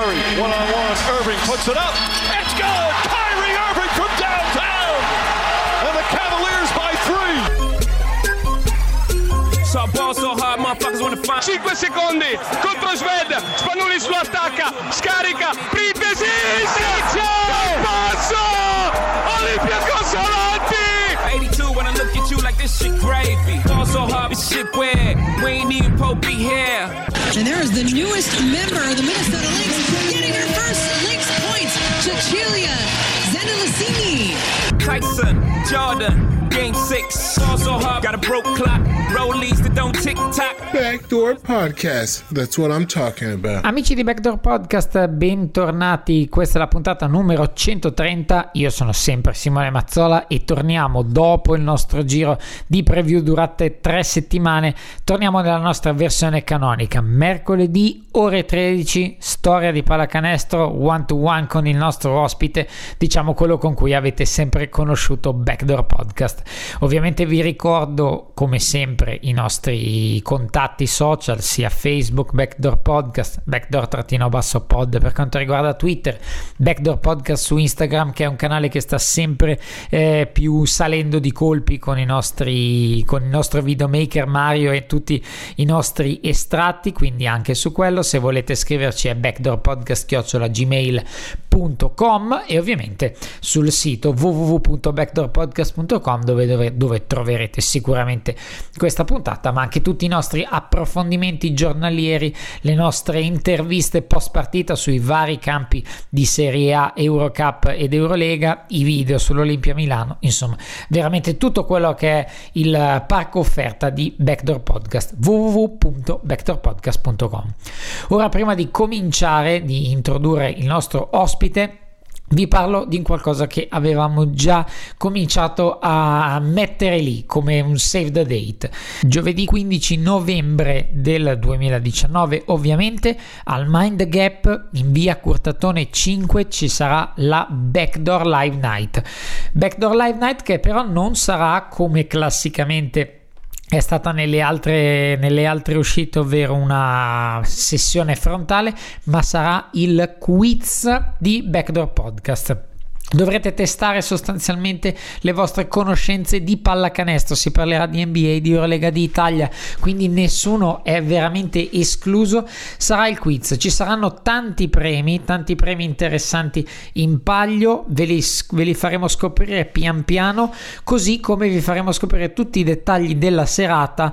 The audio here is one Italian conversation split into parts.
Curry, one-on-one, Irving puts it up, it's good! Kyrie Irving from downtown! And the Cavaliers by 3! So ball so hard, motherfuckers wanna find 5 secondi contro Sved, Spanulis lo attacca, scarica, Printesi, passo, Olympiacos avanti! 82 when I look at you like this shit gravy. Ball so hard, this shit weird, we ain't even Pope be here. And there is the newest member of the Minnesota Lynx getting her first Lynx points, Cecilia Zendelicini. Tyson, Jordan, Game 6, ball so hard, got a broke clock, rollies that don't tick-tock. Backdoor Podcast, that's what I'm talking about. Amici di Backdoor Podcast, bentornati, questa è la puntata numero 130, io sono sempre Simone Mazzola e torniamo dopo il nostro giro di preview durate 3 settimane, torniamo nella nostra versione canonica, mercoledì ore 13, storia di pallacanestro one to one con il nostro ospite, diciamo quello con cui avete sempre conosciuto Backdoor Podcast. Ovviamente vi ricordo come sempre i nostri contatti social, sia Facebook Backdoor Podcast, Backdoor-pod per quanto riguarda Twitter, Backdoor Podcast su Instagram, che è un canale che sta sempre più salendo di colpi con il nostro videomaker Mario e tutti i nostri estratti, quindi anche su quello se volete scriverci è backdoorpodcast@gmail.com e ovviamente sul sito www.backdoorpodcast.com dove troverete sicuramente questa puntata, ma anche tutti i nostri approfondimenti giornalieri, le nostre interviste post partita sui vari campi di Serie A, Eurocup ed Eurolega, i video sull'Olimpia Milano, insomma veramente tutto quello che è il parco offerta di Backdoor Podcast, www.backdoorpodcast.com. Ora, prima di cominciare di introdurre il nostro ospite, vi parlo di qualcosa che avevamo già cominciato a mettere lì come un save the date. Giovedì 15 novembre del 2019, ovviamente, al Mind Gap in via Curtatone 5 ci sarà la Backdoor Live Night. Backdoor Live Night che però non sarà come classicamente è stata nelle altre uscite, ovvero una sessione frontale, ma sarà il quiz di Backdoor Podcast. Dovrete testare sostanzialmente le vostre conoscenze di pallacanestro, si parlerà di NBA, di Eurolega, di Italia, quindi nessuno è veramente escluso. Sarà il quiz, ci saranno tanti premi interessanti in palio, ve li faremo scoprire pian piano, così come vi faremo scoprire tutti i dettagli della serata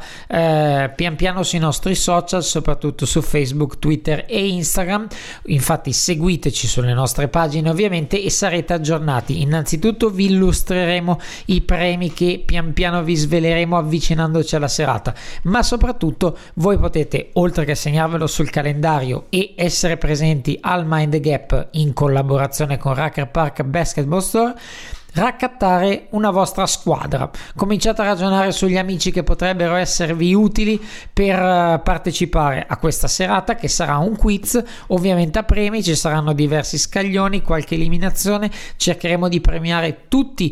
pian piano sui nostri social, soprattutto su Facebook, Twitter e Instagram. Infatti seguiteci sulle nostre pagine ovviamente e sarete aggiornati. Innanzitutto vi illustreremo i premi che pian piano vi sveleremo avvicinandoci alla serata, ma soprattutto voi potete, oltre che segnarvelo sul calendario e essere presenti al Mind Gap in collaborazione con Rucker Park Basketball Store, raccattare una vostra squadra. Cominciate a ragionare sugli amici che potrebbero esservi utili per partecipare a questa serata, che sarà un quiz ovviamente a premi. Ci saranno diversi scaglioni, qualche eliminazione, cercheremo di premiare tutti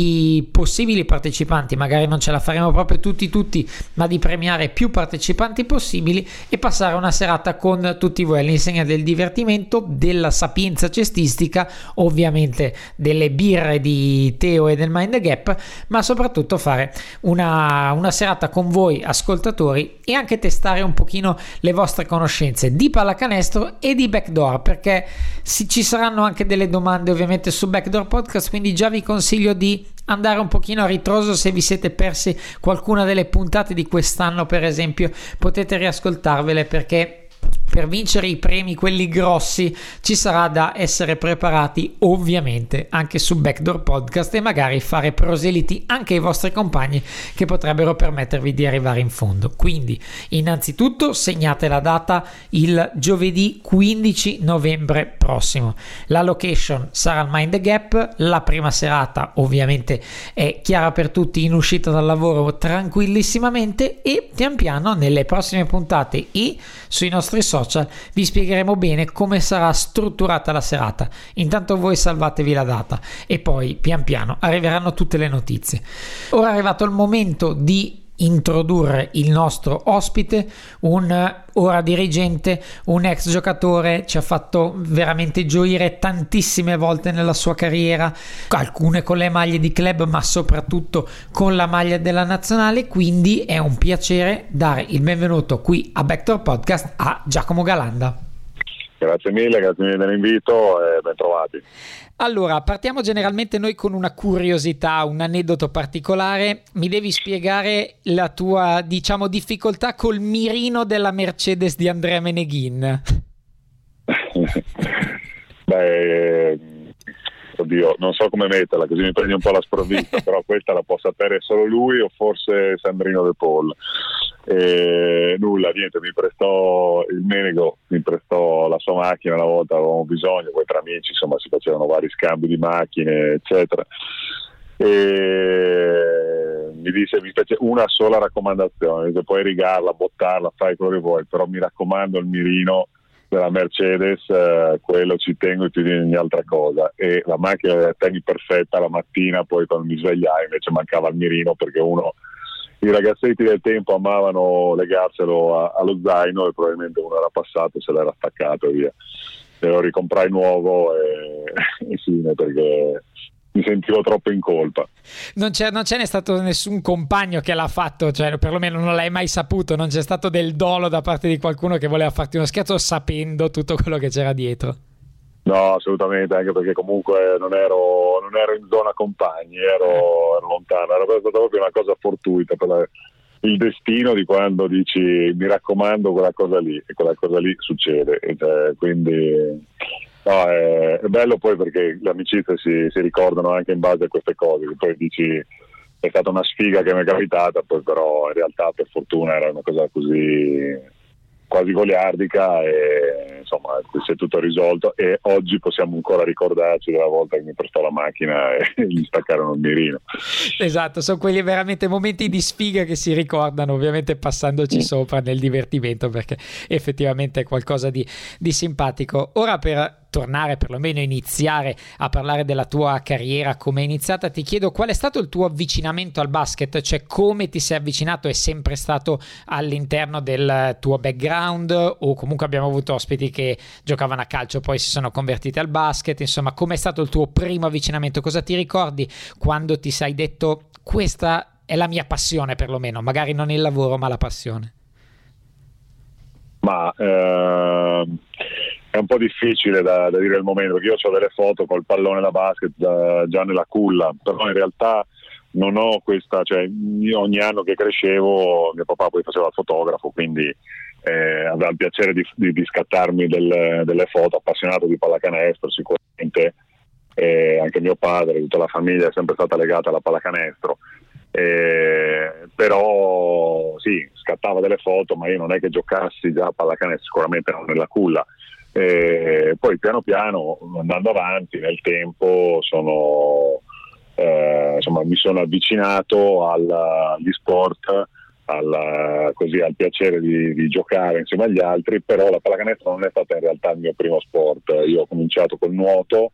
i possibili partecipanti, magari non ce la faremo proprio tutti, ma di premiare più partecipanti possibili e passare una serata con tutti voi all'insegna del divertimento, della sapienza cestistica, ovviamente delle birre di Teo e del Mind Gap, ma soprattutto fare una serata con voi ascoltatori e anche testare un pochino le vostre conoscenze di pallacanestro e di Backdoor, perché ci saranno anche delle domande ovviamente su Backdoor Podcast, quindi già vi consiglio di andare un pochino a ritroso. Se vi siete persi qualcuna delle puntate di quest'anno, per esempio, potete riascoltarvele, perché per vincere i premi, quelli grossi, ci sarà da essere preparati ovviamente anche su Backdoor Podcast e magari fare proseliti anche ai vostri compagni che potrebbero permettervi di arrivare in fondo. Quindi innanzitutto segnate la data, il giovedì 15 novembre prossimo. La location sarà al Mind Gap, la prima serata ovviamente è chiara per tutti, in uscita dal lavoro tranquillissimamente, e pian piano nelle prossime puntate e sui nostri social vi spiegheremo bene come sarà strutturata la serata. Intanto voi salvatevi la data e poi pian piano arriveranno tutte le notizie. Ora è arrivato il momento di introdurre il nostro ospite, un ora dirigente, un ex giocatore, ci ha fatto veramente gioire tantissime volte nella sua carriera, alcune con le maglie di club ma soprattutto con la maglia della nazionale, quindi è un piacere dare il benvenuto qui a Backdoor Podcast a Giacomo Galanda. Grazie mille dell'invito e ben trovati. Allora, partiamo generalmente noi con una curiosità, un aneddoto particolare. Mi devi spiegare la tua, diciamo, difficoltà col mirino della Mercedes di Andrea Meneghin. Beh, oddio, non so come metterla, così mi prendi un po' la sprovvista, però questa la può sapere solo lui o forse Sandrino De Paul. Nulla, niente, mi prestò il Menego, mi prestò la sua macchina una volta, avevamo bisogno, poi tra amici insomma si facevano vari scambi di macchine eccetera, e mi disse, mi fece una sola raccomandazione, mi dice, puoi rigarla, bottarla, fai quello che vuoi, però mi raccomando il mirino della Mercedes, quello ci tengo più di ogni altra cosa. E la macchina la tenni perfetta la mattina, poi quando mi svegliai invece mancava il mirino, perché i ragazzetti del tempo amavano legarselo allo zaino e probabilmente uno era passato, se l'era staccato e via. E lo ricomprai nuovo e fine, perché mi sentivo troppo in colpa. Non c'è ne stato nessun compagno che l'ha fatto, cioè perlomeno non l'hai mai saputo, non c'è stato del dolo da parte di qualcuno che voleva farti uno scherzo sapendo tutto quello che c'era dietro? No, assolutamente, anche perché comunque non ero in zona compagni, ero lontano, era stata proprio una cosa fortuita per il destino di quando dici mi raccomando quella cosa lì, e quella cosa lì succede, quindi no, è bello poi perché le amicizie si ricordano anche in base a queste cose, che poi dici è stata una sfiga che mi è capitata, poi però in realtà per fortuna era una cosa così quasi goliardica e insomma si è tutto risolto, e oggi possiamo ancora ricordarci della volta che mi prestò la macchina e gli staccarono il mirino. Esatto, sono quelli veramente momenti di sfiga che si ricordano, ovviamente passandoci sopra nel divertimento, perché effettivamente è qualcosa di simpatico. Ora, per tornare, perlomeno iniziare a parlare della tua carriera, come è iniziata, ti chiedo qual è stato il tuo avvicinamento al basket, cioè come ti sei avvicinato, è sempre stato all'interno del tuo background o comunque abbiamo avuto ospiti che giocavano a calcio poi si sono convertiti al basket, insomma com'è stato il tuo primo avvicinamento, cosa ti ricordi quando ti sei detto questa è la mia passione, perlomeno magari non il lavoro ma la passione? Ma è un po' difficile da dire il momento, perché io ho delle foto col pallone da basket già nella culla, però in realtà non ho questa, cioè io ogni anno che crescevo mio papà poi faceva il fotografo, quindi aveva il piacere di scattarmi delle foto, appassionato di pallacanestro sicuramente, anche mio padre, tutta la famiglia è sempre stata legata alla pallacanestro, però sì, scattava delle foto, ma io non è che giocassi già a pallacanestro, sicuramente non nella culla. Poi piano piano andando avanti nel tempo mi sono avvicinato agli sport, al piacere di giocare insieme agli altri, però la pallacanestro non è stata in realtà il mio primo sport. Io ho cominciato col nuoto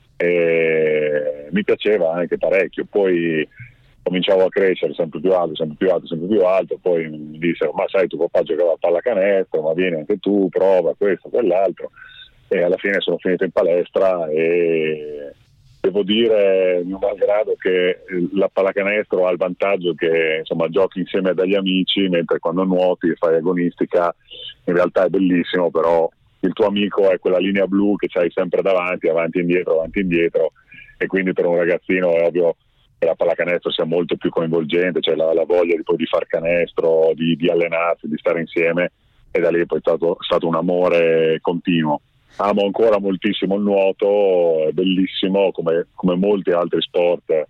e mi piaceva anche parecchio, poi cominciavo a crescere sempre più alto, poi mi dissero ma sai, tuo papà giocava a pallacanestro, ma vieni anche tu, prova questo, quell'altro, e alla fine sono finito in palestra e devo dire, mio malgrado, che la pallacanestro ha il vantaggio che insomma giochi insieme a degli amici, mentre quando nuoti e fai agonistica in realtà è bellissimo, però il tuo amico è quella linea blu che c'hai sempre davanti, avanti e indietro, e quindi per un ragazzino è ovvio che la pallacanestro sia molto più coinvolgente, cioè la voglia di far canestro, di allenarsi, di stare insieme, e da lì poi è stato un amore continuo. Amo ancora moltissimo il nuoto, è bellissimo come molti altri sport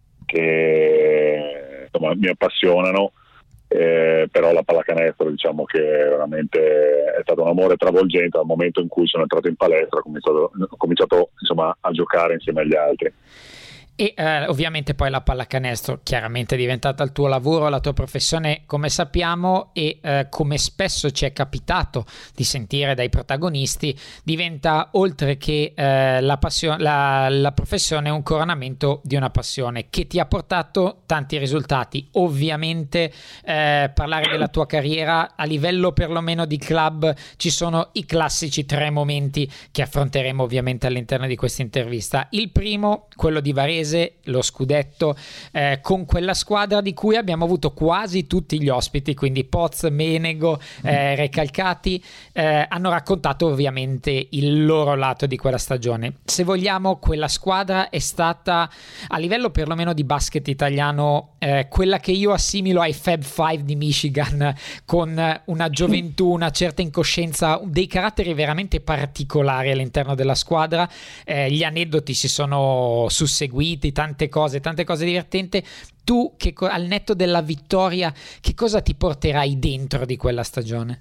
che insomma, mi appassionano, però la pallacanestro diciamo che veramente è stato un amore travolgente dal momento in cui sono entrato in palestra, ho cominciato insomma, a giocare insieme agli altri. E ovviamente poi la pallacanestro chiaramente è diventata il tuo lavoro, la tua professione, come sappiamo, e come spesso ci è capitato di sentire dai protagonisti, diventa oltre che la professione un coronamento di una passione che ti ha portato tanti risultati. Ovviamente parlare della tua carriera a livello perlomeno di club, ci sono i classici 3 momenti che affronteremo ovviamente all'interno di questa intervista. Il primo, quello di Varese, lo scudetto con quella squadra di cui abbiamo avuto quasi tutti gli ospiti, quindi Poz, Menego, Recalcati, hanno raccontato ovviamente il loro lato di quella stagione. Se vogliamo, quella squadra è stata, a livello perlomeno di basket italiano, quella che io assimilo ai Fab Five di Michigan, con una gioventù, una certa incoscienza, dei caratteri veramente particolari all'interno della squadra. Gli aneddoti si sono susseguiti, tante cose divertenti. Tu, che al netto della vittoria, che cosa ti porterai dentro di quella stagione?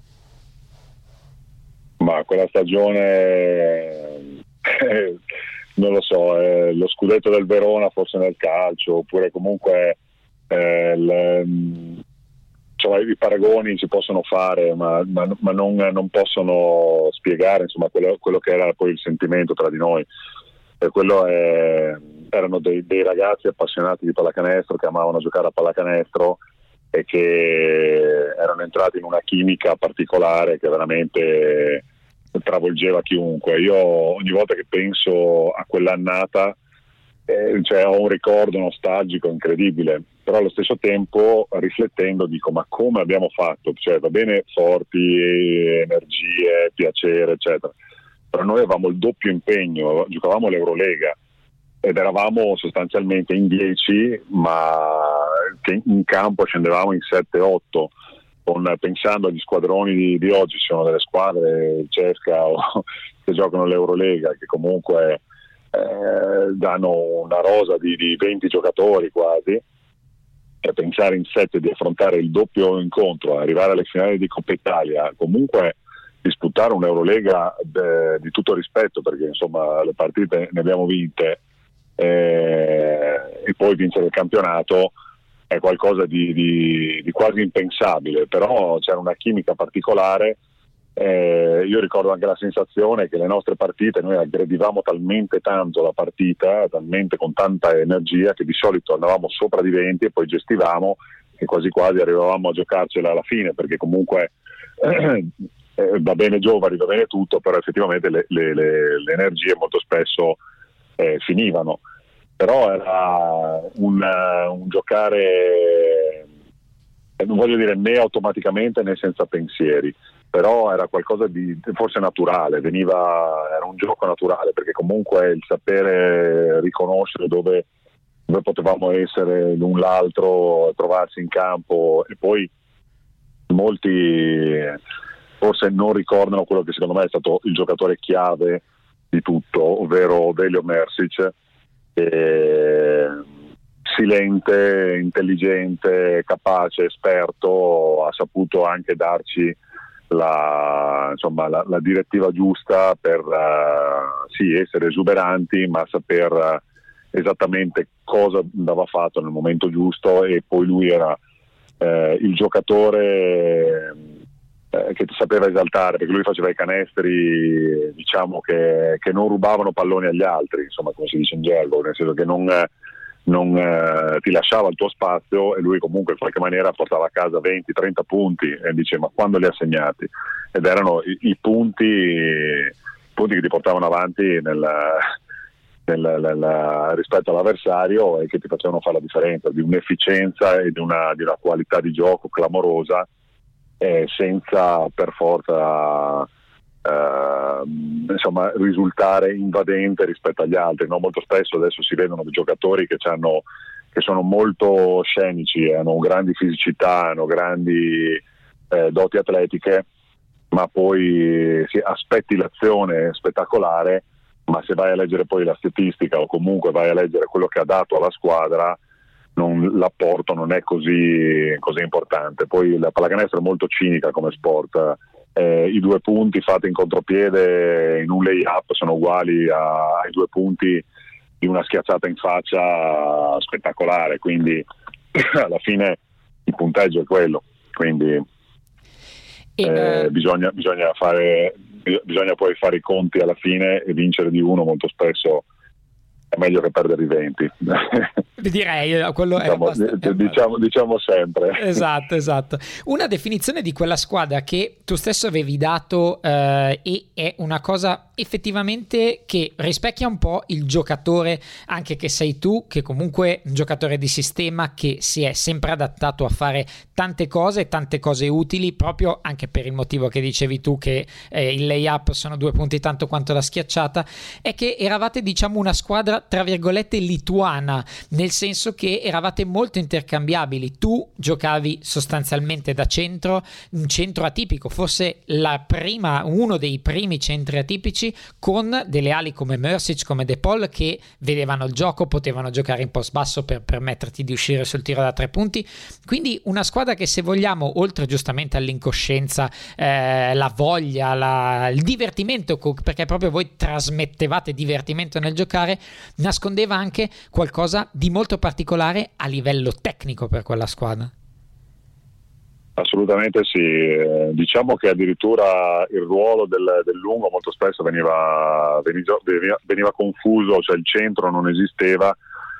Ma quella stagione non lo so, lo scudetto del Verona forse nel calcio, oppure comunque insomma, i paragoni si possono fare, ma non possono spiegare, insomma, quello che era poi il sentimento tra di noi. E quello erano dei ragazzi appassionati di pallacanestro che amavano giocare a pallacanestro e che erano entrati in una chimica particolare che veramente travolgeva chiunque. Io ogni volta che penso a quell'annata ho un ricordo nostalgico incredibile, però allo stesso tempo riflettendo dico: ma come abbiamo fatto? Cioè, va bene forti, energie, piacere eccetera, però noi avevamo il doppio impegno, giocavamo l'Eurolega ed eravamo sostanzialmente in 10, ma che in campo scendevamo in 7-8, pensando agli squadroni di oggi. Ci sono delle squadre, Cesca, che giocano l'Eurolega, che comunque danno una rosa di 20 giocatori quasi, e pensare in 7 di affrontare il doppio incontro, arrivare alle finali di Coppa Italia, comunque disputare un'Eurolega di tutto rispetto, perché insomma le partite ne abbiamo vinte, e poi vincere il campionato è qualcosa di quasi impensabile, però c'era una chimica particolare. Io ricordo anche la sensazione che le nostre partite, noi aggredivamo talmente tanto la partita, talmente con tanta energia, che di solito andavamo sopra di 20 e poi gestivamo, e quasi quasi arrivavamo a giocarcela alla fine, perché comunque va bene giovani, va bene tutto, però effettivamente le energie molto spesso finivano. Però era un giocare, non voglio dire né automaticamente né senza pensieri, però era qualcosa di forse naturale, era un gioco naturale, perché comunque il sapere riconoscere dove potevamo essere l'un l'altro, trovarsi in campo. E poi molti forse non ricordano quello che secondo me è stato il giocatore chiave di tutto, ovvero Veljo Mersic, silente, intelligente, capace, esperto, ha saputo anche darci la direttiva giusta per sì, essere esuberanti, ma saper esattamente cosa andava fatto nel momento giusto. E poi lui era il giocatore che ti sapeva esaltare, perché lui faceva i canestri, diciamo, che non rubavano palloni agli altri, insomma, come si dice in gergo, nel senso che non ti lasciava il tuo spazio, e lui comunque in qualche maniera portava a casa 20-30 punti, e dice: ma quando li ha segnati? Ed erano i punti che ti portavano avanti rispetto all'avversario, e che ti facevano fare la differenza, di un'efficienza e di una qualità di gioco clamorosa, senza per forza risultare invadente rispetto agli altri, no? Molto spesso adesso si vedono dei giocatori che sono molto scenici, hanno grandi fisicità, hanno grandi doti atletiche, ma poi aspetti l'azione spettacolare, ma se vai a leggere poi la statistica, o comunque vai a leggere quello che ha dato alla squadra, l'apporto non è così importante. Poi la pallacanestro è molto cinica come sport, i 2 punti fatti in contropiede in un lay-up sono uguali ai 2 punti una schiacciata in faccia spettacolare, quindi alla fine il punteggio è quello, quindi bisogna poi fare i conti alla fine, e vincere di uno molto spesso è meglio che perdere i 20. Direi, quello diciamo sempre. Esatto. Una definizione di quella squadra che tu stesso avevi dato, e è una cosa effettivamente che rispecchia un po' il giocatore anche che sei tu, che comunque un giocatore di sistema che si è sempre adattato a fare tante cose utili, proprio anche per il motivo che dicevi tu, che il layup sono 2 punti tanto quanto la schiacciata, è che eravate, diciamo, una squadra tra virgolette lituana, nel senso che eravate molto intercambiabili. Tu giocavi sostanzialmente da centro, un centro atipico, forse uno dei primi centri atipici, con delle ali come Mrsic, come De Paul, che vedevano il gioco, potevano giocare in post basso per permetterti di uscire sul tiro da 3 punti. Quindi una squadra che, se vogliamo, oltre giustamente all'incoscienza, la voglia, il divertimento, perché proprio voi trasmettevate divertimento nel giocare, nascondeva anche qualcosa di molto particolare a livello tecnico per quella squadra. Assolutamente sì, diciamo che addirittura il ruolo del lungo molto spesso veniva confuso, cioè il centro non esisteva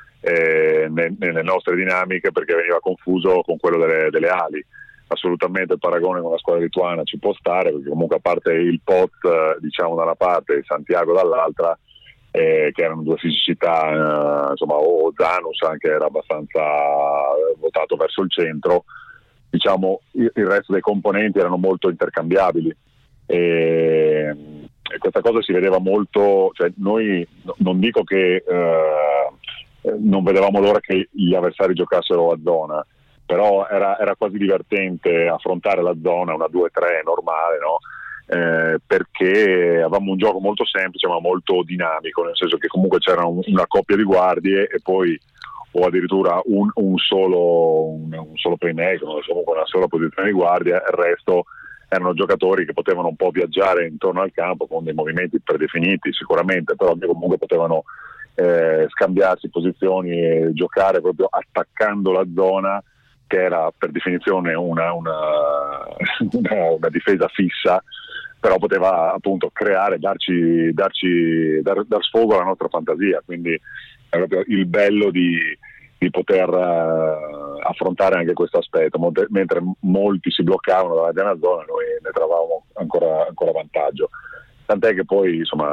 nelle nostre dinamiche, perché veniva confuso con quello delle ali. Assolutamente il paragone con la squadra lituana ci può stare, perché comunque, a parte il Pot, diciamo, da una parte e Santiago dall'altra, che erano 2 fisicità, insomma, o Zanus anche era abbastanza votato verso il centro, diciamo, il resto dei componenti erano molto intercambiabili, e questa cosa si vedeva molto, cioè noi non dico che non vedevamo l'ora che gli avversari giocassero a zona, però era quasi divertente affrontare la zona, una 2-3 normale, no? Perché avevamo un gioco molto semplice ma molto dinamico, nel senso che comunque c'era una coppia di guardie e poi, o addirittura un solo playmaker, comunque una sola posizione di guardia, il resto erano giocatori che potevano un po' viaggiare intorno al campo con dei movimenti predefiniti sicuramente, però che comunque potevano scambiarsi posizioni e giocare proprio attaccando la zona, che era per definizione una difesa fissa, però poteva appunto creare, dar sfogo alla nostra fantasia, quindi è proprio il bello di poter affrontare anche questo aspetto. Mentre molti si bloccavano davanti a una zona, noi ne trovavamo ancora vantaggio, tant'è che poi insomma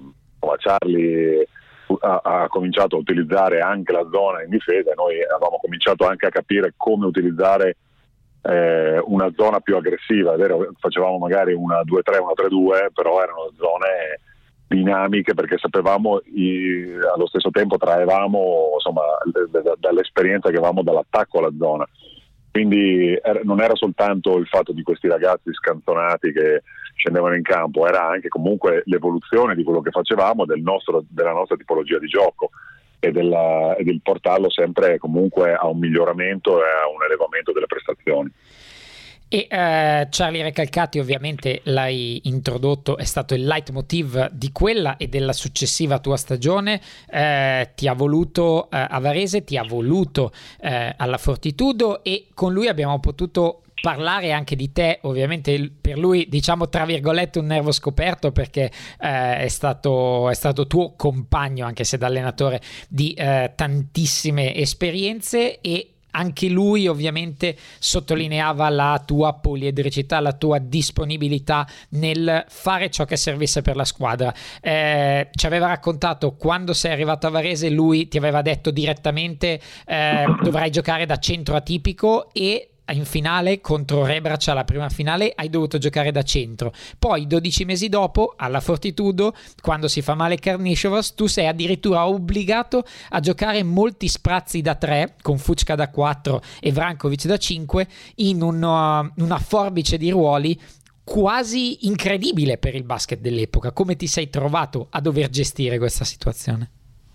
Charlie ha cominciato a utilizzare anche la zona in difesa, e noi avevamo cominciato anche a capire come utilizzare una zona più aggressiva. È vero, facevamo magari una 2-3, una 3-2, però erano zone dinamiche, perché sapevamo, allo stesso tempo traevamo, insomma, dall'esperienza che avevamo dall'attacco alla zona. Quindi non era soltanto il fatto di questi ragazzi scanzonati che scendevano in campo, era anche comunque l'evoluzione di quello che facevamo, della nostra tipologia di gioco, e del portarlo sempre comunque a un miglioramento e a un elevamento delle prestazioni. E Charlie Recalcati, ovviamente l'hai introdotto, è stato il leitmotiv di quella e della successiva tua stagione. Ti ha voluto a Varese, ti ha voluto alla Fortitudo, e con lui abbiamo potuto parlare anche di te. Ovviamente per lui, diciamo tra virgolette, un nervo scoperto, perché è stato tuo compagno, anche se da allenatore, di tantissime esperienze, e anche lui ovviamente sottolineava la tua poliedricità, la tua disponibilità nel fare ciò che servisse per la squadra. Ci aveva raccontato, quando sei arrivato a Varese, lui ti aveva detto direttamente dovrai giocare da centro atipico, e in finale contro Rebrac, alla prima finale, hai dovuto giocare da centro. Poi 12 mesi dopo, alla Fortitudo, quando si fa male Karnišovas, tu sei addirittura obbligato a giocare molti sprazzi da 3 con Fučka da 4 e Vrankovic da 5, in una forbice di ruoli quasi incredibile per il basket dell'epoca. Come ti sei trovato a dover gestire questa situazione?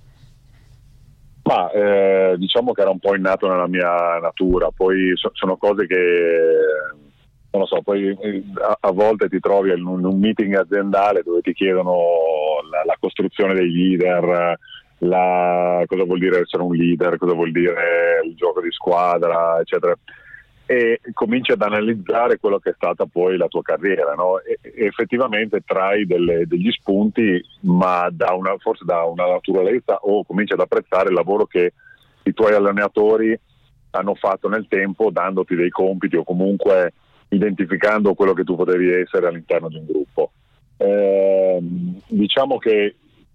Ma diciamo che era un po' innato nella mia natura, poi sono cose che non lo so, poi a volte ti trovi in un meeting aziendale dove ti chiedono la costruzione dei leader, cosa vuol dire essere un leader, cosa vuol dire il gioco di squadra, eccetera, e cominci ad analizzare quello che è stata poi la tua carriera, no? E effettivamente trai degli spunti, ma forse da una naturalezza, o cominci ad apprezzare il lavoro che i tuoi allenatori hanno fatto nel tempo, dandoti dei compiti o comunque identificando quello che tu potevi essere all'interno di un gruppo. Diciamo che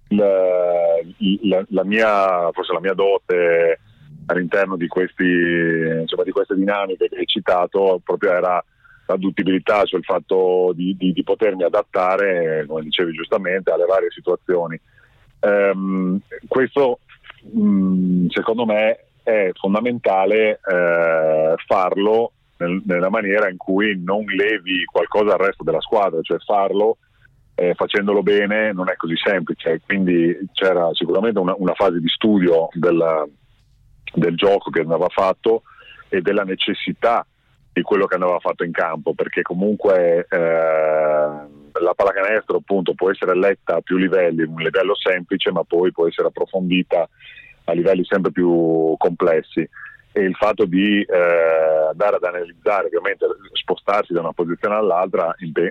la mia dote all'interno di queste dinamiche che hai citato proprio era la duttilità, cioè il fatto di potermi adattare, come dicevi giustamente, alle varie situazioni. Questo secondo me è fondamentale farlo nella maniera in cui non levi qualcosa al resto della squadra, cioè farlo facendolo bene non è così semplice, quindi c'era sicuramente una fase di studio del gioco che andava fatto e della necessità di quello che andava fatto in campo, perché comunque la pallacanestro appunto può essere letta a più livelli, un livello semplice, ma poi può essere approfondita a livelli sempre più complessi, e il fatto di andare ad analizzare, ovviamente spostarsi da una posizione all'altra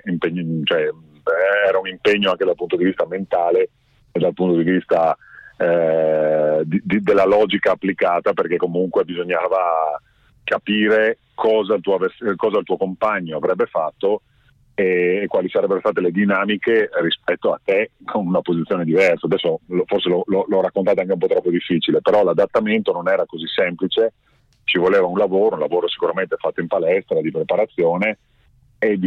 era un impegno anche dal punto di vista mentale e dal punto di vista della logica applicata, perché comunque bisognava capire cosa il tuo compagno avrebbe fatto e quali sarebbero state le dinamiche rispetto a te con una posizione diversa. Adesso forse l'ho raccontata anche un po' troppo difficile, però l'adattamento non era così semplice, ci voleva un lavoro sicuramente fatto in palestra, di preparazione e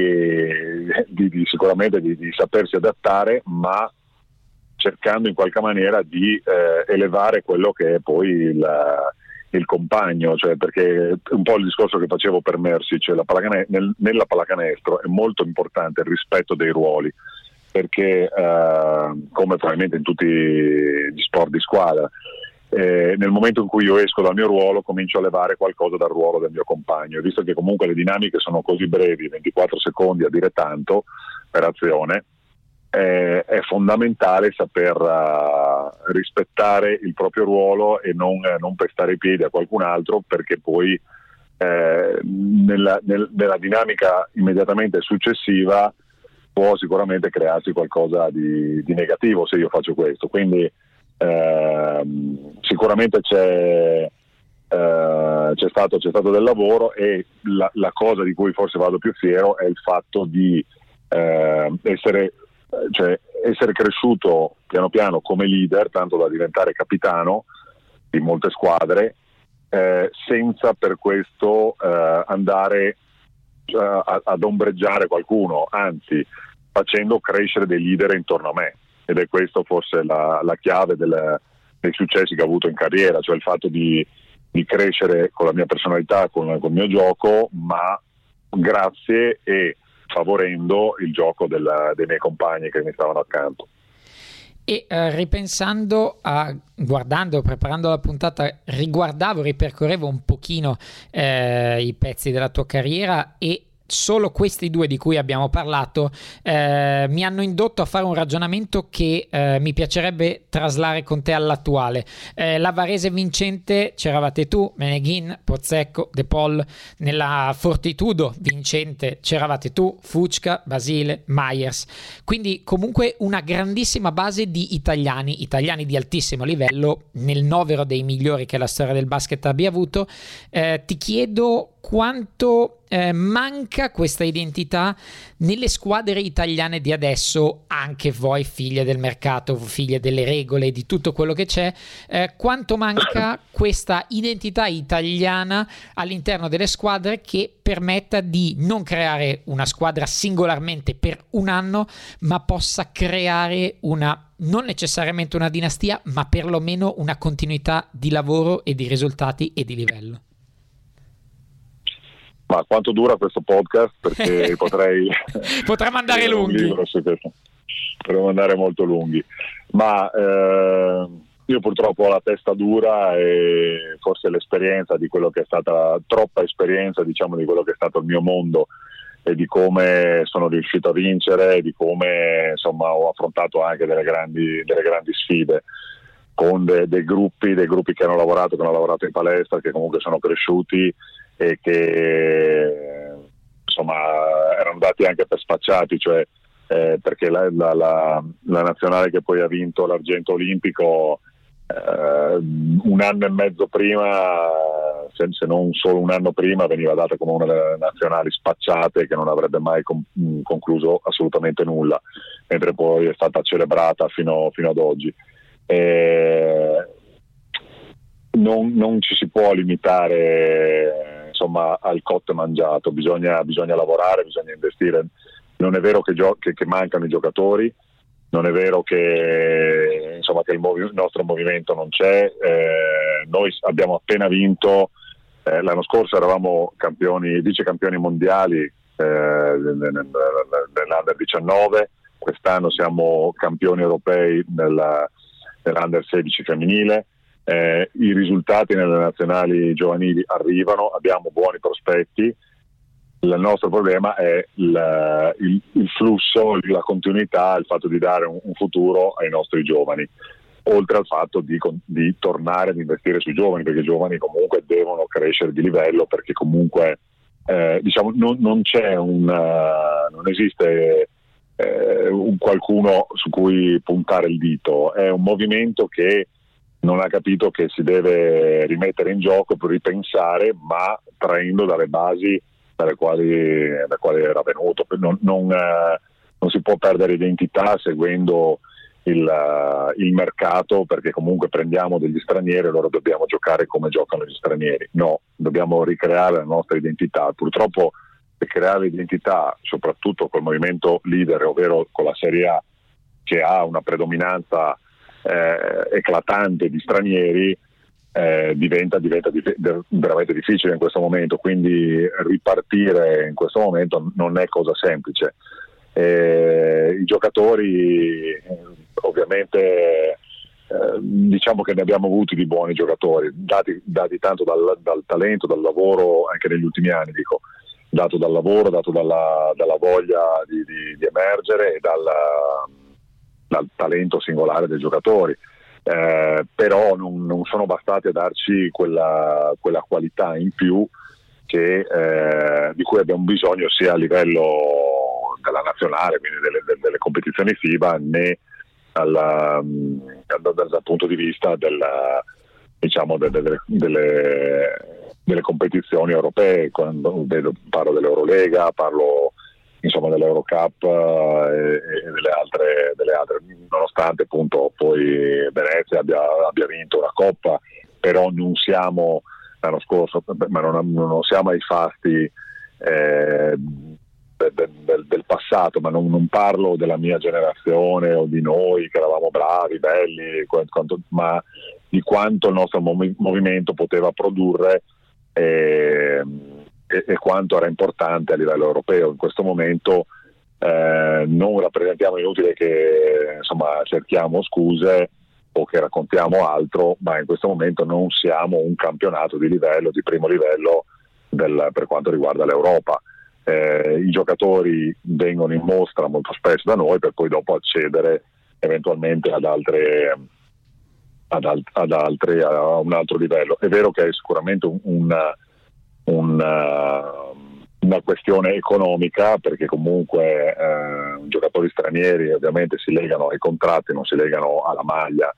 sicuramente di sapersi adattare, ma cercando in qualche maniera di elevare quello che è poi il compagno, cioè, perché un po' il discorso che facevo per Mercy, cioè nella pallacanestro è molto importante il rispetto dei ruoli, perché come probabilmente in tutti gli sport di squadra, nel momento in cui io esco dal mio ruolo comincio a levare qualcosa dal ruolo del mio compagno, visto che comunque le dinamiche sono così brevi, 24 secondi a dire tanto per azione, è fondamentale saper rispettare il proprio ruolo e non pestare i piedi a qualcun altro, perché poi nella dinamica immediatamente successiva può sicuramente crearsi qualcosa di negativo se io faccio questo. Quindi sicuramente c'è stato del lavoro, e la cosa di cui forse vado più fiero è il fatto di essere cresciuto piano piano come leader, tanto da diventare capitano di molte squadre, senza per questo andare ad ombreggiare qualcuno, anzi facendo crescere dei leader intorno a me, ed è questo forse la chiave dei successi che ho avuto in carriera, cioè il fatto di crescere con la mia personalità, con il mio gioco, ma grazie e favorendo il gioco dei miei compagni che mi stavano accanto. E ripensando preparando la puntata, ripercorrevo un pochino i pezzi della tua carriera, e solo questi due di cui abbiamo parlato mi hanno indotto a fare un ragionamento che mi piacerebbe traslare con te all'attuale. La Varese vincente c'eravate tu, Meneghin, Pozzecco, De Paul. Nella Fortitudo vincente c'eravate tu, Fucca, Basile, Myers. Quindi comunque una grandissima base di italiani di altissimo livello, nel novero dei migliori che la storia del basket abbia avuto. Ti chiedo quanto manca questa identità nelle squadre italiane di adesso, anche voi figlie del mercato, figlie delle regole, di tutto quello che c'è, quanto manca questa identità italiana all'interno delle squadre che permetta di non creare una squadra singolarmente per un anno, ma possa creare non necessariamente una dinastia, ma perlomeno una continuità di lavoro e di risultati e di livello. Ma quanto dura questo podcast? Perché potremmo andare lunghi. Potremmo andare molto lunghi. Ma io purtroppo ho la testa dura, e forse l'esperienza di quello che è stata, troppa esperienza, diciamo, di quello che è stato il mio mondo e di come sono riuscito a vincere, di come insomma ho affrontato anche delle grandi sfide. con dei gruppi che hanno lavorato in palestra, che comunque sono cresciuti e che insomma erano andati anche per spacciati, cioè perché la nazionale che poi ha vinto l'argento olimpico un anno e mezzo prima, se non solo un anno prima, veniva data come una delle nazionali spacciate che non avrebbe mai concluso assolutamente nulla, mentre poi è stata celebrata fino ad oggi. Non ci si può limitare insomma al cotto mangiato, bisogna lavorare, bisogna investire. Non è vero che mancano i giocatori, non è vero che il nostro movimento non c'è. Noi abbiamo appena vinto, l'anno scorso eravamo vice campioni mondiali nell'Under 19, quest'anno siamo campioni europei nell'Under 16 femminile. I risultati nelle nazionali giovanili arrivano, abbiamo buoni prospetti. Il nostro problema è il flusso, la continuità, il fatto di dare un futuro ai nostri giovani, oltre al fatto di tornare ad investire sui giovani, perché i giovani comunque devono crescere di livello, perché comunque non esiste un qualcuno su cui puntare il dito, è un movimento che non ha capito che si deve rimettere in gioco per ripensare, ma traendo dalle basi da quali era venuto. Non si può perdere identità seguendo il mercato, perché comunque prendiamo degli stranieri e loro dobbiamo giocare come giocano gli stranieri. No, dobbiamo ricreare la nostra identità. Purtroppo per creare l'identità, soprattutto col movimento leader, ovvero con la Serie A, che ha una predominanza eclatante di stranieri, diventa veramente difficile in questo momento, quindi ripartire in questo momento non è cosa semplice. I giocatori ovviamente diciamo che ne abbiamo avuti di buoni giocatori, dati tanto dal talento, dal lavoro, anche negli ultimi anni, dato dal lavoro, dato dalla voglia di emergere e dal talento singolare dei giocatori. Però non sono bastati a darci quella qualità in più di cui abbiamo bisogno, sia a livello della nazionale, quindi delle competizioni FIBA, né dal punto di vista delle competizioni europee. Quando parlo dell'Eurolega, parlo insomma dell'Eurocup e delle altre, nonostante appunto poi Venezia abbia vinto una coppa, però non siamo l'anno scorso, ma non siamo ai fasti del passato, ma non parlo della mia generazione o di noi che eravamo bravi, belli, ma di quanto il nostro movimento poteva produrre e quanto era importante a livello europeo. In questo momento non rappresentiamo, inutile che insomma cerchiamo scuse o che raccontiamo altro, ma in questo momento non siamo un campionato di primo livello per quanto riguarda l'Europa. I giocatori vengono in mostra molto spesso da noi per poi dopo accedere eventualmente a un altro livello. È vero che è sicuramente una questione economica, perché comunque giocatori stranieri ovviamente si legano ai contratti, non si legano alla maglia,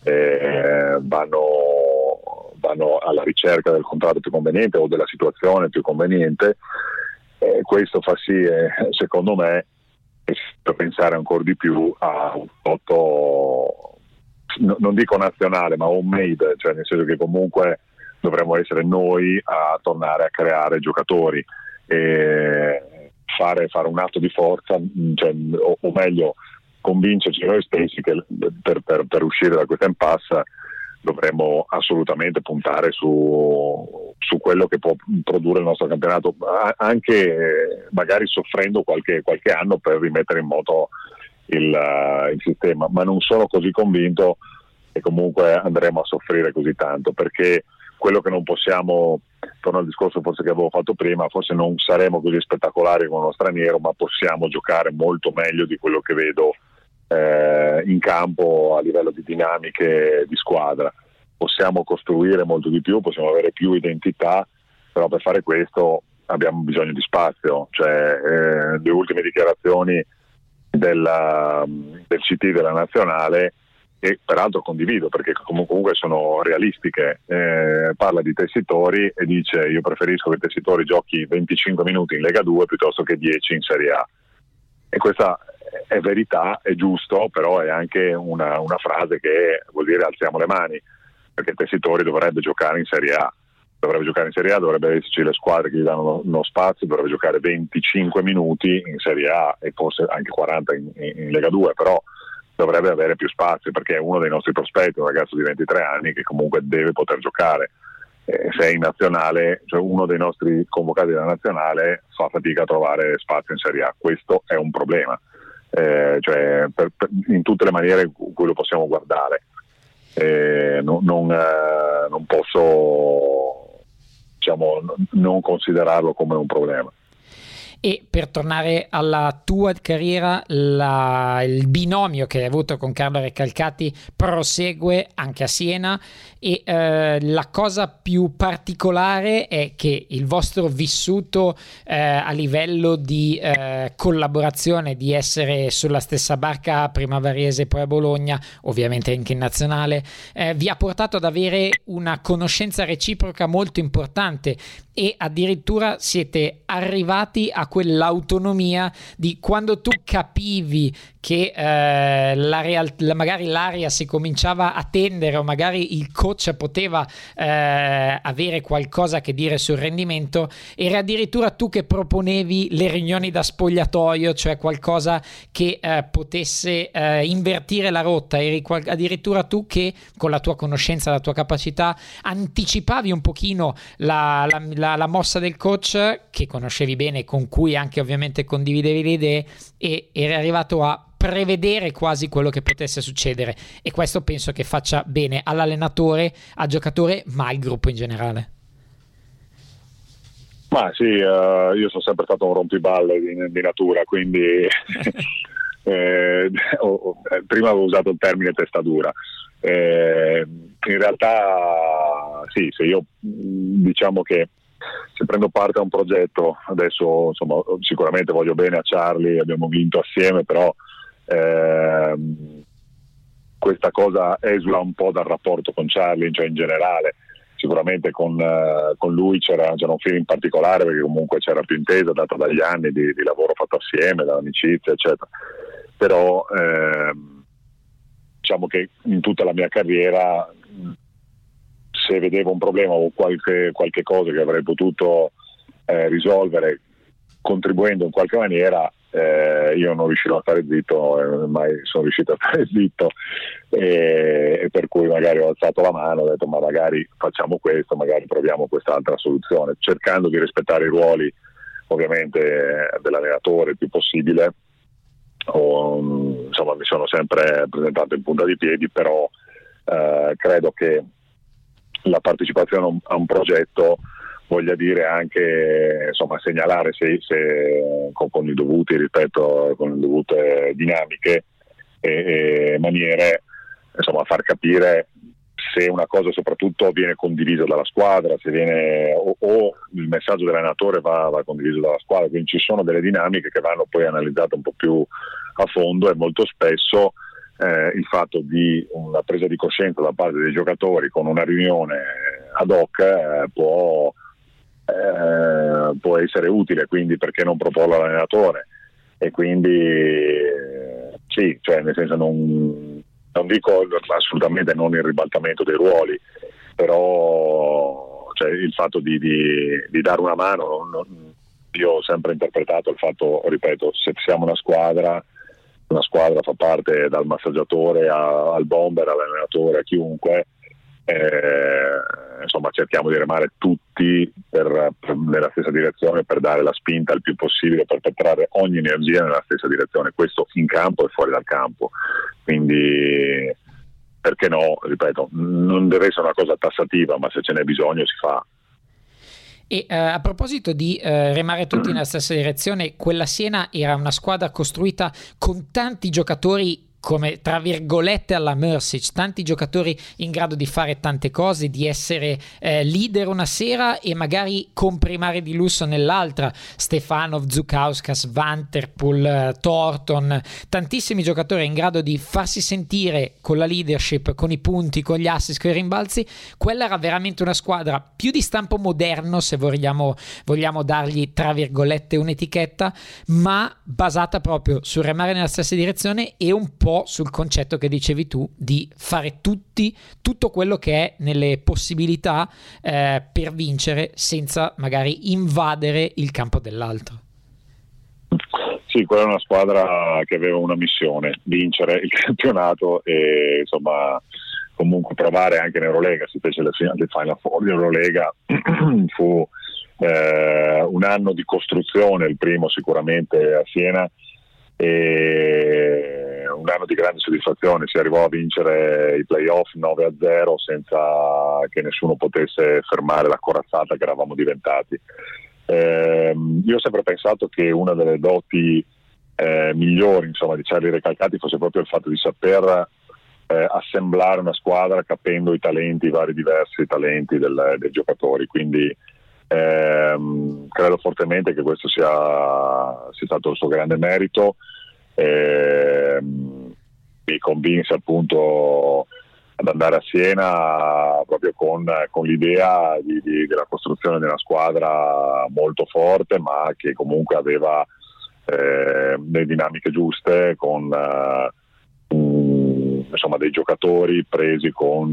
vanno alla ricerca del contratto più conveniente o della situazione più conveniente. Questo fa sì, secondo me, per pensare ancora di più a un prodotto, non dico nazionale, ma homemade, cioè nel senso che comunque dovremmo essere noi a tornare a creare giocatori e fare un atto di forza, cioè, o meglio convincerci noi stessi che per uscire da questa impasse dovremmo assolutamente puntare su quello che può produrre il nostro campionato, anche magari soffrendo qualche anno per rimettere in moto il sistema, ma non sono così convinto che comunque andremo a soffrire così tanto, perché quello che non possiamo, torno al discorso forse che avevo fatto prima, forse non saremo così spettacolari con uno straniero, ma possiamo giocare molto meglio di quello che vedo in campo a livello di dinamiche di squadra. Possiamo costruire molto di più, possiamo avere più identità, però per fare questo abbiamo bisogno di spazio. Cioè, le ultime dichiarazioni del CT della nazionale, che peraltro condivido perché comunque sono realistiche, parla di Tessitori e dice: io preferisco che Tessitori giochi 25 minuti in Lega 2 piuttosto che 10 in Serie A. E questa è verità, è giusto, però è anche una frase che vuol dire alziamo le mani, perché Tessitori dovrebbe giocare in Serie A, dovrebbe esserci le squadre che gli danno uno spazio, dovrebbe giocare 25 minuti in Serie A e forse anche 40 in Lega 2, però dovrebbe avere più spazio, perché è uno dei nostri prospetti, un ragazzo di 23 anni che comunque deve poter giocare. Se è in nazionale, cioè uno dei nostri convocati della nazionale fa fatica a trovare spazio in Serie A. Questo è un problema, cioè in tutte le maniere in cui lo possiamo guardare. Non posso, diciamo, non considerarlo come un problema. E per tornare alla tua carriera, il binomio che hai avuto con Carlo Recalcati prosegue anche a Siena, e la cosa più particolare è che il vostro vissuto a livello di collaborazione, di essere sulla stessa barca prima a Varese poi a Bologna, ovviamente anche in nazionale, vi ha portato ad avere una conoscenza reciproca molto importante, e addirittura siete arrivati a quell'autonomia di quando tu capivi che magari l'aria si cominciava a tendere, o magari il coach poteva avere qualcosa che dire sul rendimento, era addirittura tu che proponevi le riunioni da spogliatoio, cioè qualcosa che potesse invertire la rotta. Eri addirittura tu che, con la tua conoscenza, la tua capacità, anticipavi un pochino la mossa del coach, che conoscevi bene, con cui anche ovviamente condividevi le idee, e eri arrivato a prevedere quasi quello che potesse succedere. E questo penso che faccia bene all'allenatore, al giocatore, ma al gruppo in generale. Ma sì, io sono sempre stato un rompiballe di natura, quindi prima avevo usato il termine testadura. In realtà sì, se io diciamo che se prendo parte a un progetto, adesso insomma sicuramente voglio bene a Charlie, abbiamo vinto assieme, però questa cosa esula un po' dal rapporto con Charlie, cioè in generale. Sicuramente con lui c'era un feeling particolare, perché comunque c'era più intesa data dagli anni di lavoro fatto assieme, dall'amicizia eccetera. Però diciamo che in tutta la mia carriera, se vedevo un problema o qualche cosa che avrei potuto risolvere contribuendo in qualche maniera, io non riuscirò a stare zitto, mai sono riuscito a stare zitto, e per cui magari ho alzato la mano, ho detto ma magari facciamo questo, magari proviamo quest'altra soluzione, cercando di rispettare i ruoli ovviamente dell'allenatore il più possibile. Insomma, mi sono sempre presentato in punta di piedi, però credo che la partecipazione a un progetto voglia dire anche, insomma, segnalare se con i dovuti, ripeto, con le dovute dinamiche e maniere, insomma, far capire se una cosa soprattutto viene condivisa dalla squadra, se viene o il messaggio dell'allenatore va condiviso dalla squadra. Quindi ci sono delle dinamiche che vanno poi analizzate un po' più a fondo, e molto spesso il fatto di una presa di coscienza da parte dei giocatori con una riunione ad hoc può essere utile, quindi perché non proporlo all'allenatore? E quindi sì, cioè nel senso non dico assolutamente non il ribaltamento dei ruoli, però cioè, il fatto di dare una mano, io ho sempre interpretato il fatto, ripeto, se siamo una squadra fa parte dal massaggiatore al bomber, all'allenatore, a chiunque, insomma cerchiamo di remare tutti nella stessa direzione, per dare la spinta il più possibile, per trarre ogni energia nella stessa direzione, questo in campo e fuori dal campo. Quindi perché no, ripeto, non deve essere una cosa tassativa, ma se ce n'è bisogno si fa. E a proposito di remare tutti nella stessa direzione, quella Siena era una squadra costruita con tanti giocatori come tra virgolette alla Mrsic, tanti giocatori in grado di fare tante cose, di essere leader una sera e magari comprimare di lusso nell'altra. Stefanov, Zoukauskas, Van der Poel, Thornton, tantissimi giocatori in grado di farsi sentire con la leadership, con i punti, con gli assist, con i rimbalzi. Quella era veramente una squadra più di stampo moderno, se vogliamo dargli tra virgolette un'etichetta, ma basata proprio sul remare nella stessa direzione e un po' sul concetto che dicevi tu di fare tutto quello che è nelle possibilità per vincere senza magari invadere il campo dell'altro. Sì, quella è una squadra che aveva una missione: vincere il campionato e insomma comunque provare anche in Eurolega. Si fece le Final Four di Eurolega. Fu un anno di costruzione, il primo sicuramente a Siena, e un anno di grande soddisfazione. Si arrivò a vincere i playoff 9-0 senza che nessuno potesse fermare la corazzata che eravamo diventati. Io ho sempre pensato che una delle doti migliori, insomma, di Charlie Recalcati fosse proprio il fatto di saper assemblare una squadra capendo i vari diversi talenti dei giocatori. Quindi credo fortemente che questo sia stato il suo grande merito. Mi convinse appunto ad andare a Siena proprio con l'idea della costruzione di una squadra molto forte, ma che comunque aveva le dinamiche giuste, con insomma dei giocatori presi con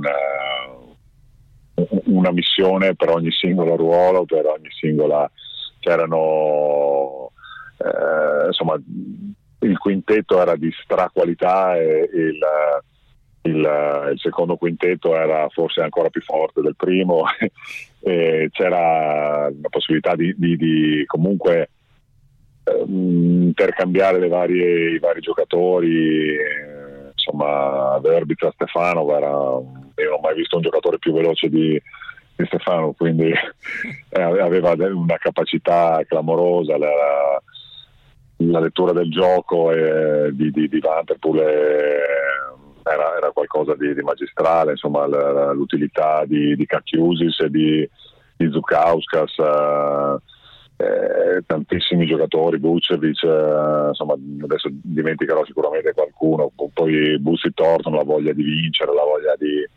una missione per ogni singolo ruolo, per ogni singola. C'erano insomma, il quintetto era di straqualità e il secondo quintetto era forse ancora più forte del primo. E c'era la possibilità di comunque intercambiare i vari giocatori. Insomma, Verbitz, Stefanov io non ho mai visto un giocatore più veloce di Stefanov, quindi aveva una capacità clamorosa. La lettura del gioco di Van der Poel era qualcosa di magistrale. Insomma, l'utilità di Kakiusis e di Zoukauskas, tantissimi giocatori, Vucevic, insomma adesso dimenticherò sicuramente qualcuno, poi Bussi, Thornton, la voglia di vincere, la voglia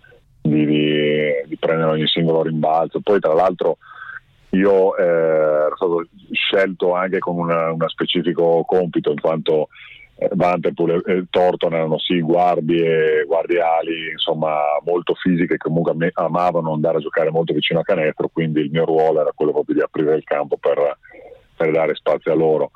di prendere ogni singolo rimbalzo. Poi tra l'altro io ero stato scelto anche con una specifico compito, in quanto Van der Poel e Thornton erano sì guardie ali, insomma molto fisiche, che comunque amavano andare a giocare molto vicino a canestro, quindi il mio ruolo era quello proprio di aprire il campo per dare spazio a loro.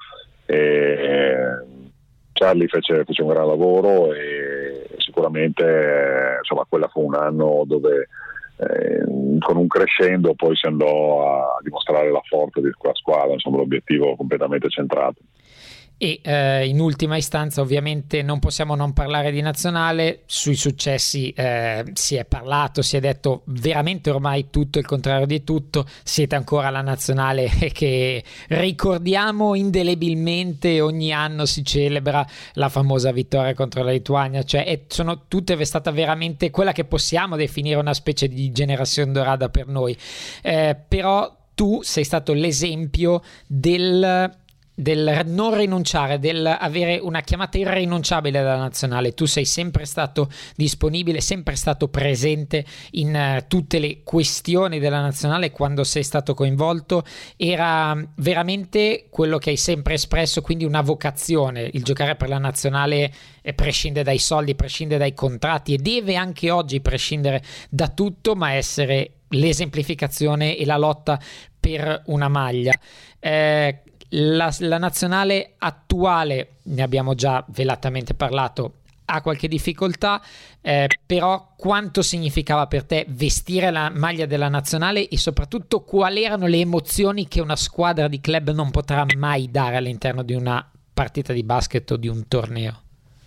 Charlie fece un gran lavoro e sicuramente insomma quella fu un anno dove con un crescendo poi si andò a dimostrare la forza di quella squadra, insomma l'obiettivo completamente centrato. E in ultima istanza ovviamente non possiamo non parlare di nazionale. Sui successi si è parlato, si è detto veramente ormai tutto il contrario di tutto. Siete ancora la nazionale che ricordiamo indelebilmente, ogni anno si celebra la famosa vittoria contro la Lituania, cioè è stata veramente quella che possiamo definire una specie di generazione dorata per noi, però tu sei stato l'esempio del non rinunciare, del avere una chiamata irrinunciabile dalla nazionale. Tu sei sempre stato disponibile, sempre stato presente in tutte le questioni della nazionale. Quando sei stato coinvolto era veramente quello che hai sempre espresso, quindi una vocazione. Il giocare per la nazionale prescinde dai soldi, prescinde dai contratti e deve anche oggi prescindere da tutto, ma essere l'esemplificazione e la lotta per una maglia. La nazionale attuale, ne abbiamo già velatamente parlato, ha qualche difficoltà, però quanto significava per te vestire la maglia della nazionale e soprattutto quali erano le emozioni che una squadra di club non potrà mai dare all'interno di una partita di basket o di un torneo?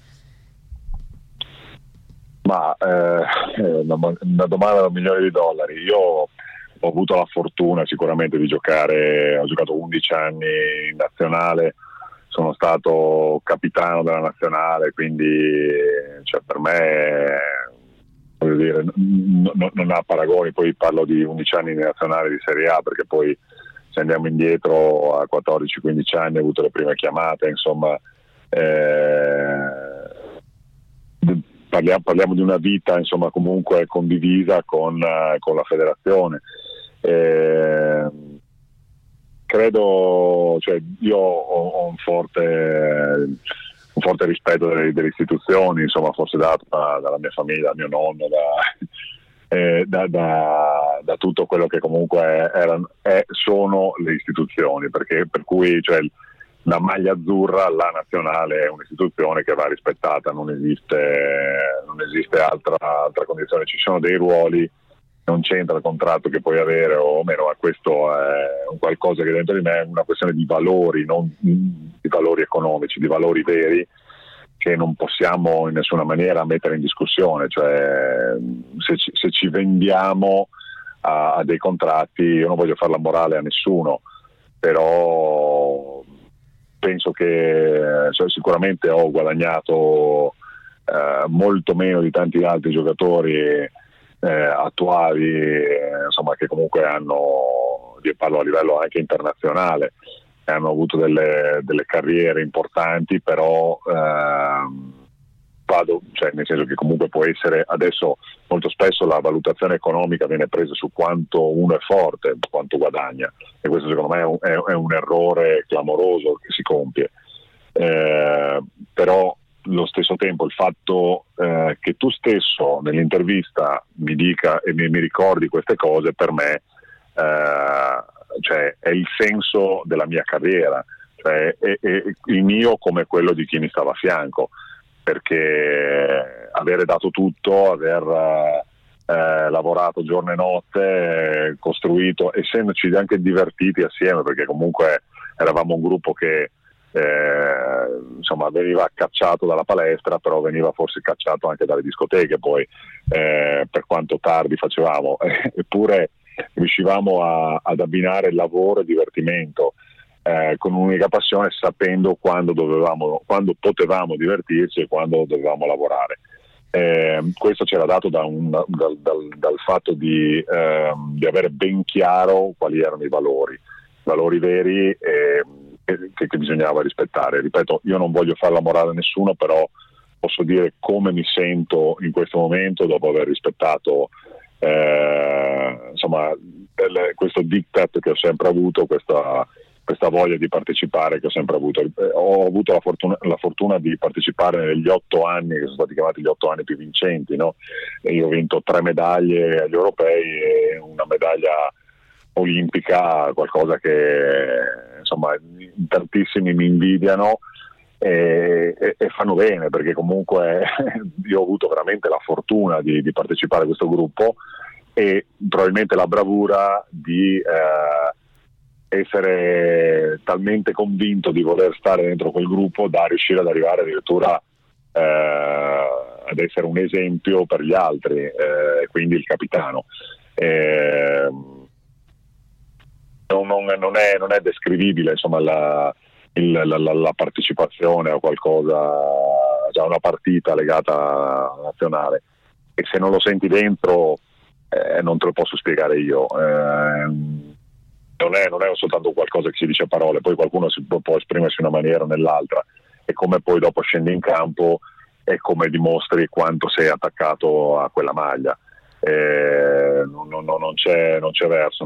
Ma una domanda da $1.000.000. Io ho avuto la fortuna sicuramente di giocare, ho giocato 11 anni in nazionale, sono stato capitano della nazionale, quindi cioè, per me voglio dire, non ha paragoni. Poi parlo di 11 anni di nazionale di Serie A, perché poi se andiamo indietro a 14-15 anni ho avuto le prime chiamate, insomma parliamo di una vita insomma comunque condivisa con la federazione. Credo, cioè, io ho un forte rispetto delle istituzioni, insomma, forse dato dalla mia famiglia, da mio nonno, da tutto quello che comunque sono le istituzioni, perché per cui cioè, la maglia azzurra, la nazionale è un'istituzione che va rispettata, non esiste altra condizione. Ci sono dei ruoli, non c'entra il contratto che puoi avere o meno, ma questo è un qualcosa che dentro di me è una questione di valori, non di valori economici, di valori veri che non possiamo in nessuna maniera mettere in discussione. Cioè, se ci vendiamo a dei contratti, io non voglio fare la morale a nessuno, però penso che cioè, sicuramente ho guadagnato molto meno di tanti altri giocatori attuali, insomma, che comunque parlo a livello anche internazionale, hanno avuto delle carriere importanti, però cioè, nel senso che comunque può essere, adesso molto spesso la valutazione economica viene presa su quanto uno è forte, quanto guadagna, e questo secondo me è un errore clamoroso che si compie, però allo stesso tempo il fatto che tu stesso nell'intervista mi dica e mi ricordi queste cose, per me cioè, è il senso della mia carriera, cioè, è il mio come quello di chi mi stava a fianco, perché avere dato tutto, aver lavorato giorno e notte, costruito, essendoci anche divertiti assieme, perché comunque eravamo un gruppo che insomma veniva cacciato dalla palestra, però veniva forse cacciato anche dalle discoteche poi, per quanto tardi facevamo, eppure riuscivamo ad abbinare lavoro e divertimento, con un'unica passione, sapendo quando potevamo divertirci e quando dovevamo lavorare. Questo c'era dato dal fatto di avere ben chiaro quali erano i valori veri che bisognava rispettare. Ripeto, io non voglio fare la morale a nessuno, però posso dire come mi sento in questo momento dopo aver rispettato insomma questo diktat che ho sempre avuto, questa voglia di partecipare che ho sempre avuto. Ho avuto la fortuna di partecipare negli 8 anni che sono stati chiamati gli 8 anni più vincenti, no? E io ho vinto 3 medaglie agli europei e una medaglia olimpica, qualcosa che insomma tantissimi mi invidiano e fanno bene, perché comunque io ho avuto veramente la fortuna di partecipare a questo gruppo e probabilmente la bravura di essere talmente convinto di voler stare dentro quel gruppo da riuscire ad arrivare addirittura ad essere un esempio per gli altri, quindi il capitano. Non è descrivibile, insomma, la partecipazione a qualcosa, già una partita legata alla nazionale, e se non lo senti dentro non te lo posso spiegare io. Non è soltanto qualcosa che si dice a parole, poi qualcuno può esprimersi in una maniera o nell'altra, e come poi dopo scendi in campo e come dimostri quanto sei attaccato a quella maglia. Non c'è verso,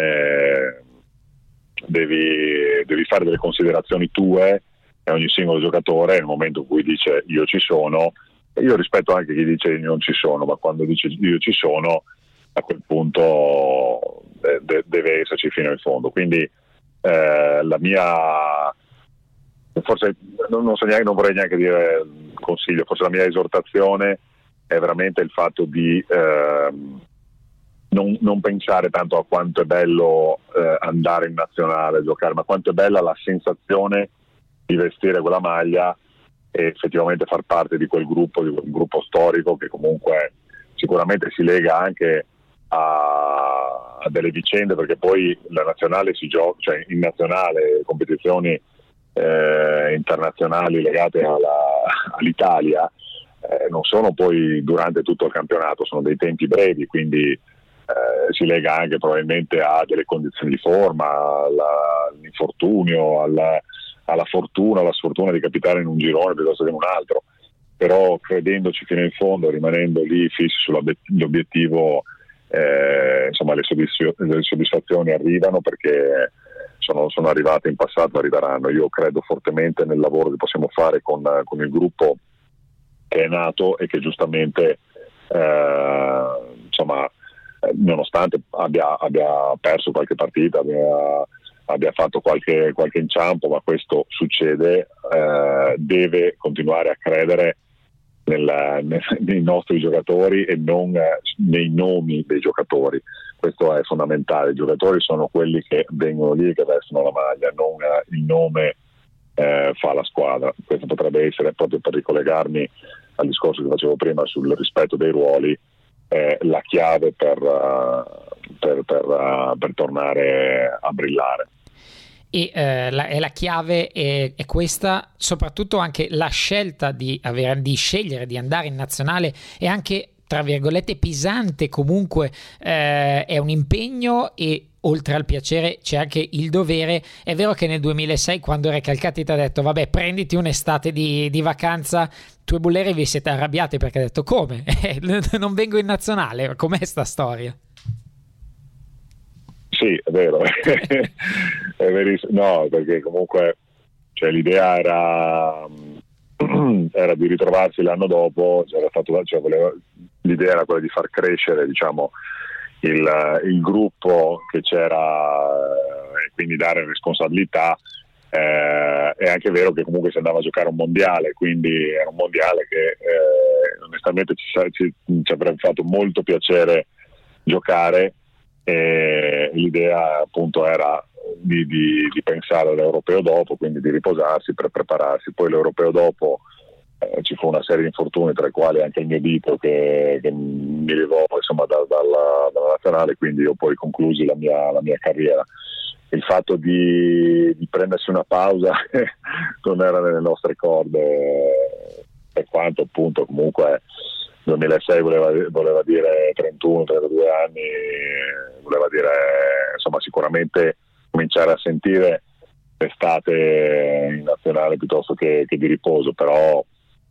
devi fare delle considerazioni tue e ogni singolo giocatore nel momento in cui dice io ci sono. Io rispetto anche chi dice io non ci sono, ma quando dice io ci sono, a quel punto deve esserci fino in fondo. Quindi la mia, forse non vorrei neanche dire consiglio, forse la mia esortazione è veramente il fatto di non pensare tanto a quanto è bello andare in nazionale a giocare, ma quanto è bella la sensazione di vestire quella maglia e effettivamente far parte di quel gruppo storico che comunque sicuramente si lega anche a delle vicende, perché poi la nazionale si gioca, cioè in nazionale competizioni internazionali legate all'Italia non sono poi durante tutto il campionato, sono dei tempi brevi, quindi si lega anche probabilmente a delle condizioni di forma, all'infortunio, alla fortuna, alla sfortuna di capitare in un girone piuttosto che in un altro, però credendoci fino in fondo, rimanendo lì fissi sull'obiettivo, insomma le soddisfazioni arrivano, perché sono arrivate in passato, arriveranno. Io credo fortemente nel lavoro che possiamo fare con il gruppo che è nato e che giustamente insomma, nonostante abbia perso qualche partita, abbia fatto qualche inciampo, ma questo succede, deve continuare a credere nei nostri giocatori e non nei nomi dei giocatori. Questo è fondamentale. I giocatori sono quelli che vengono lì e che vestono la maglia, non il nome fa la squadra. Questo potrebbe essere, proprio per ricollegarmi al discorso che facevo prima sul rispetto dei ruoli, la chiave per tornare a brillare. E la chiave è questa, soprattutto anche la scelta di scegliere di andare in nazionale è anche, tra virgolette, pesante. Comunque è un impegno, e oltre al piacere c'è anche il dovere. È vero che nel 2006, quando Recalcati ti ha detto vabbè, prenditi un'estate di vacanza, tu e Bulleri vi siete arrabbiati perché ha detto come? Non vengo in nazionale, com'è sta storia? Sì, è vero, è verissimo. No, perché comunque l'idea era di ritrovarsi l'anno dopo, l'idea era quella di far crescere, diciamo, il gruppo che c'era, e quindi dare responsabilità. È anche vero che comunque si andava a giocare un mondiale, quindi era un mondiale che onestamente ci avrebbe fatto molto piacere giocare. E l'idea appunto era di pensare all'europeo dopo, quindi di riposarsi per prepararsi. Poi l'europeo dopo ci fu una serie di infortuni, tra i quali anche il mio dito che mi levò, insomma, dalla nazionale, quindi io poi conclusi la mia carriera. Il fatto di prendersi una pausa non era nelle nostre corde, per quanto appunto comunque 2006 voleva dire 31, 32 anni, voleva dire, insomma, sicuramente cominciare a sentire l'estate in nazionale piuttosto che di riposo, però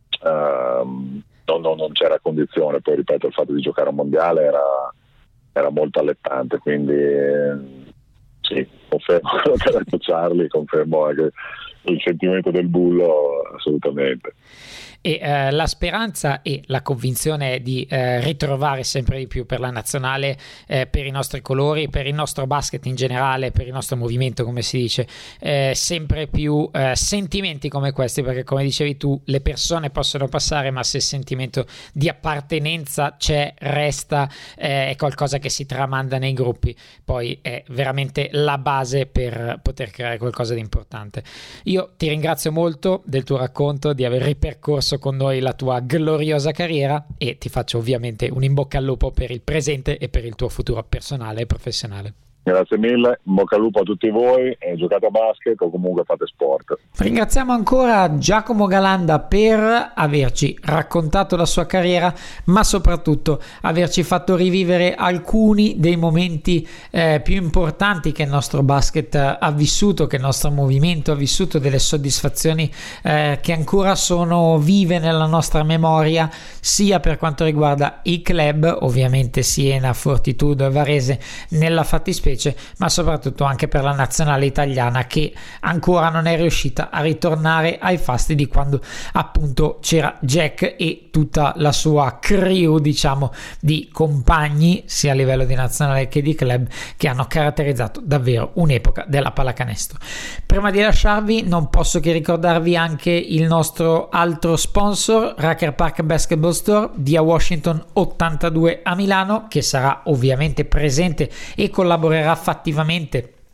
non c'era condizione. Poi ripeto, il fatto di giocare a mondiale era molto allettante, quindi sì, confermo quello che ha detto Charlie, confermo anche il sentimento del bullo, assolutamente. E la speranza e la convinzione di ritrovare sempre di più per la nazionale, per i nostri colori, per il nostro basket in generale, per il nostro movimento, come si dice, sempre più sentimenti come questi, perché come dicevi tu, le persone possono passare, ma se il sentimento di appartenenza c'è, resta, è qualcosa che si tramanda nei gruppi, poi è veramente la base per poter creare qualcosa di importante. Io ti ringrazio molto del tuo racconto, di aver ripercorso con noi la tua gloriosa carriera, e ti faccio ovviamente un in bocca al lupo per il presente e per il tuo futuro personale e professionale. Grazie mille, in bocca al lupo a tutti voi, giocate a basket o comunque fate sport. Ringraziamo ancora Giacomo Galanda per averci raccontato la sua carriera, ma soprattutto averci fatto rivivere alcuni dei momenti più importanti che il nostro basket ha vissuto, che il nostro movimento ha vissuto, delle soddisfazioni che ancora sono vive nella nostra memoria, sia per quanto riguarda i club, ovviamente Siena, Fortitudo e Varese nella fattispecie, ma soprattutto anche per la nazionale italiana, che ancora non è riuscita a ritornare ai fasti di quando appunto c'era Jack e tutta la sua crew, diciamo, di compagni sia a livello di nazionale che di club, che hanno caratterizzato davvero un'epoca della pallacanestro. Prima di lasciarvi non posso che ricordarvi anche il nostro altro sponsor, Rucker Park Basketball Store, via Washington 82 a Milano, che sarà ovviamente presente e collaborerà fattivamente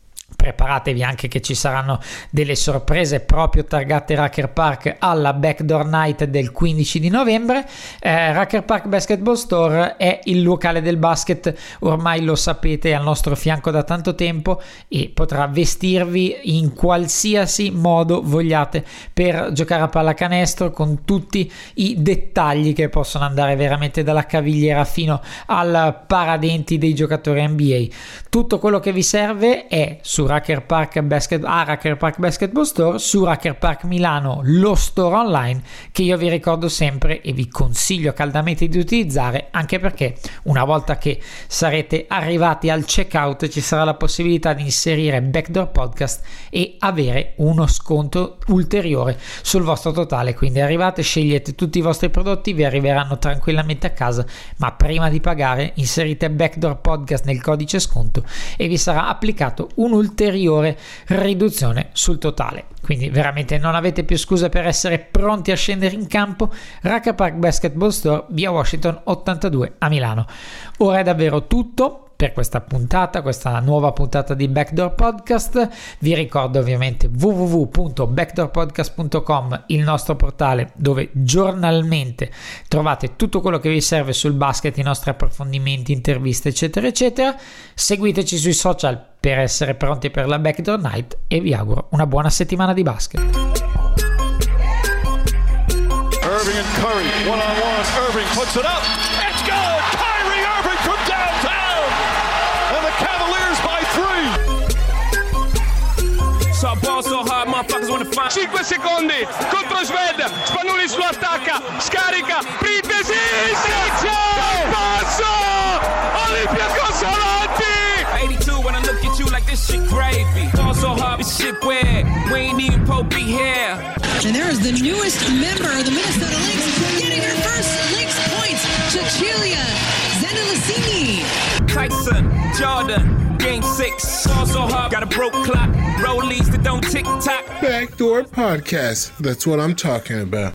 preparatevi anche che ci saranno delle sorprese proprio targate Rucker Park alla Backdoor Night del 15 di novembre. Rucker Park Basketball Store è il locale del basket, ormai lo sapete, è al nostro fianco da tanto tempo e potrà vestirvi in qualsiasi modo vogliate per giocare a pallacanestro, con tutti i dettagli che possono andare veramente dalla cavigliera fino al paradenti dei giocatori NBA. Tutto quello che vi serve è su Rucker Park Basketball Store, su Rucker Park Milano, lo store online che io vi ricordo sempre e vi consiglio caldamente di utilizzare, anche perché una volta che sarete arrivati al checkout ci sarà la possibilità di inserire Backdoor Podcast e avere uno sconto ulteriore sul vostro totale. Quindi arrivate, scegliete tutti i vostri prodotti, vi arriveranno tranquillamente a casa, ma prima di pagare inserite Backdoor Podcast nel codice sconto e vi sarà applicato un'ulteriore riduzione sul totale. Quindi veramente non avete più scuse per essere pronti a scendere in campo. Rucker Park Basketball Store, via Washington 82 a Milano. Ora è davvero tutto per questa puntata, questa nuova puntata di Backdoor Podcast. Vi ricordo ovviamente www.backdoorpodcast.com, il nostro portale dove giornalmente trovate tutto quello che vi serve sul basket, i nostri approfondimenti, interviste eccetera eccetera. Seguiteci sui social per essere pronti per la Backdoor Night e vi auguro una buona settimana di basket. Irving and Curry, one-on-one. Irving puts it up. It's good! Kyrie Irving from downtown! And the Cavaliers by 3. So ball so hard, motherfuckers wanna find 5 secondi contro Sved, Spanulis lo attacca, scarica, Printesi, passo, Olympiacos avanti! 82 when I look at you like this shit gravy. Ball so hard, this shit weird. We ain't even Pope be here. And there is the newest member of the Minnesota Lynx getting her first Lynx points, Cecilia Zendelicini. Tyson, Jordan, game 6. Ball so hard, got a broke clock. Rollies that don't tick tock. Backdoor Podcast. That's what I'm talking about.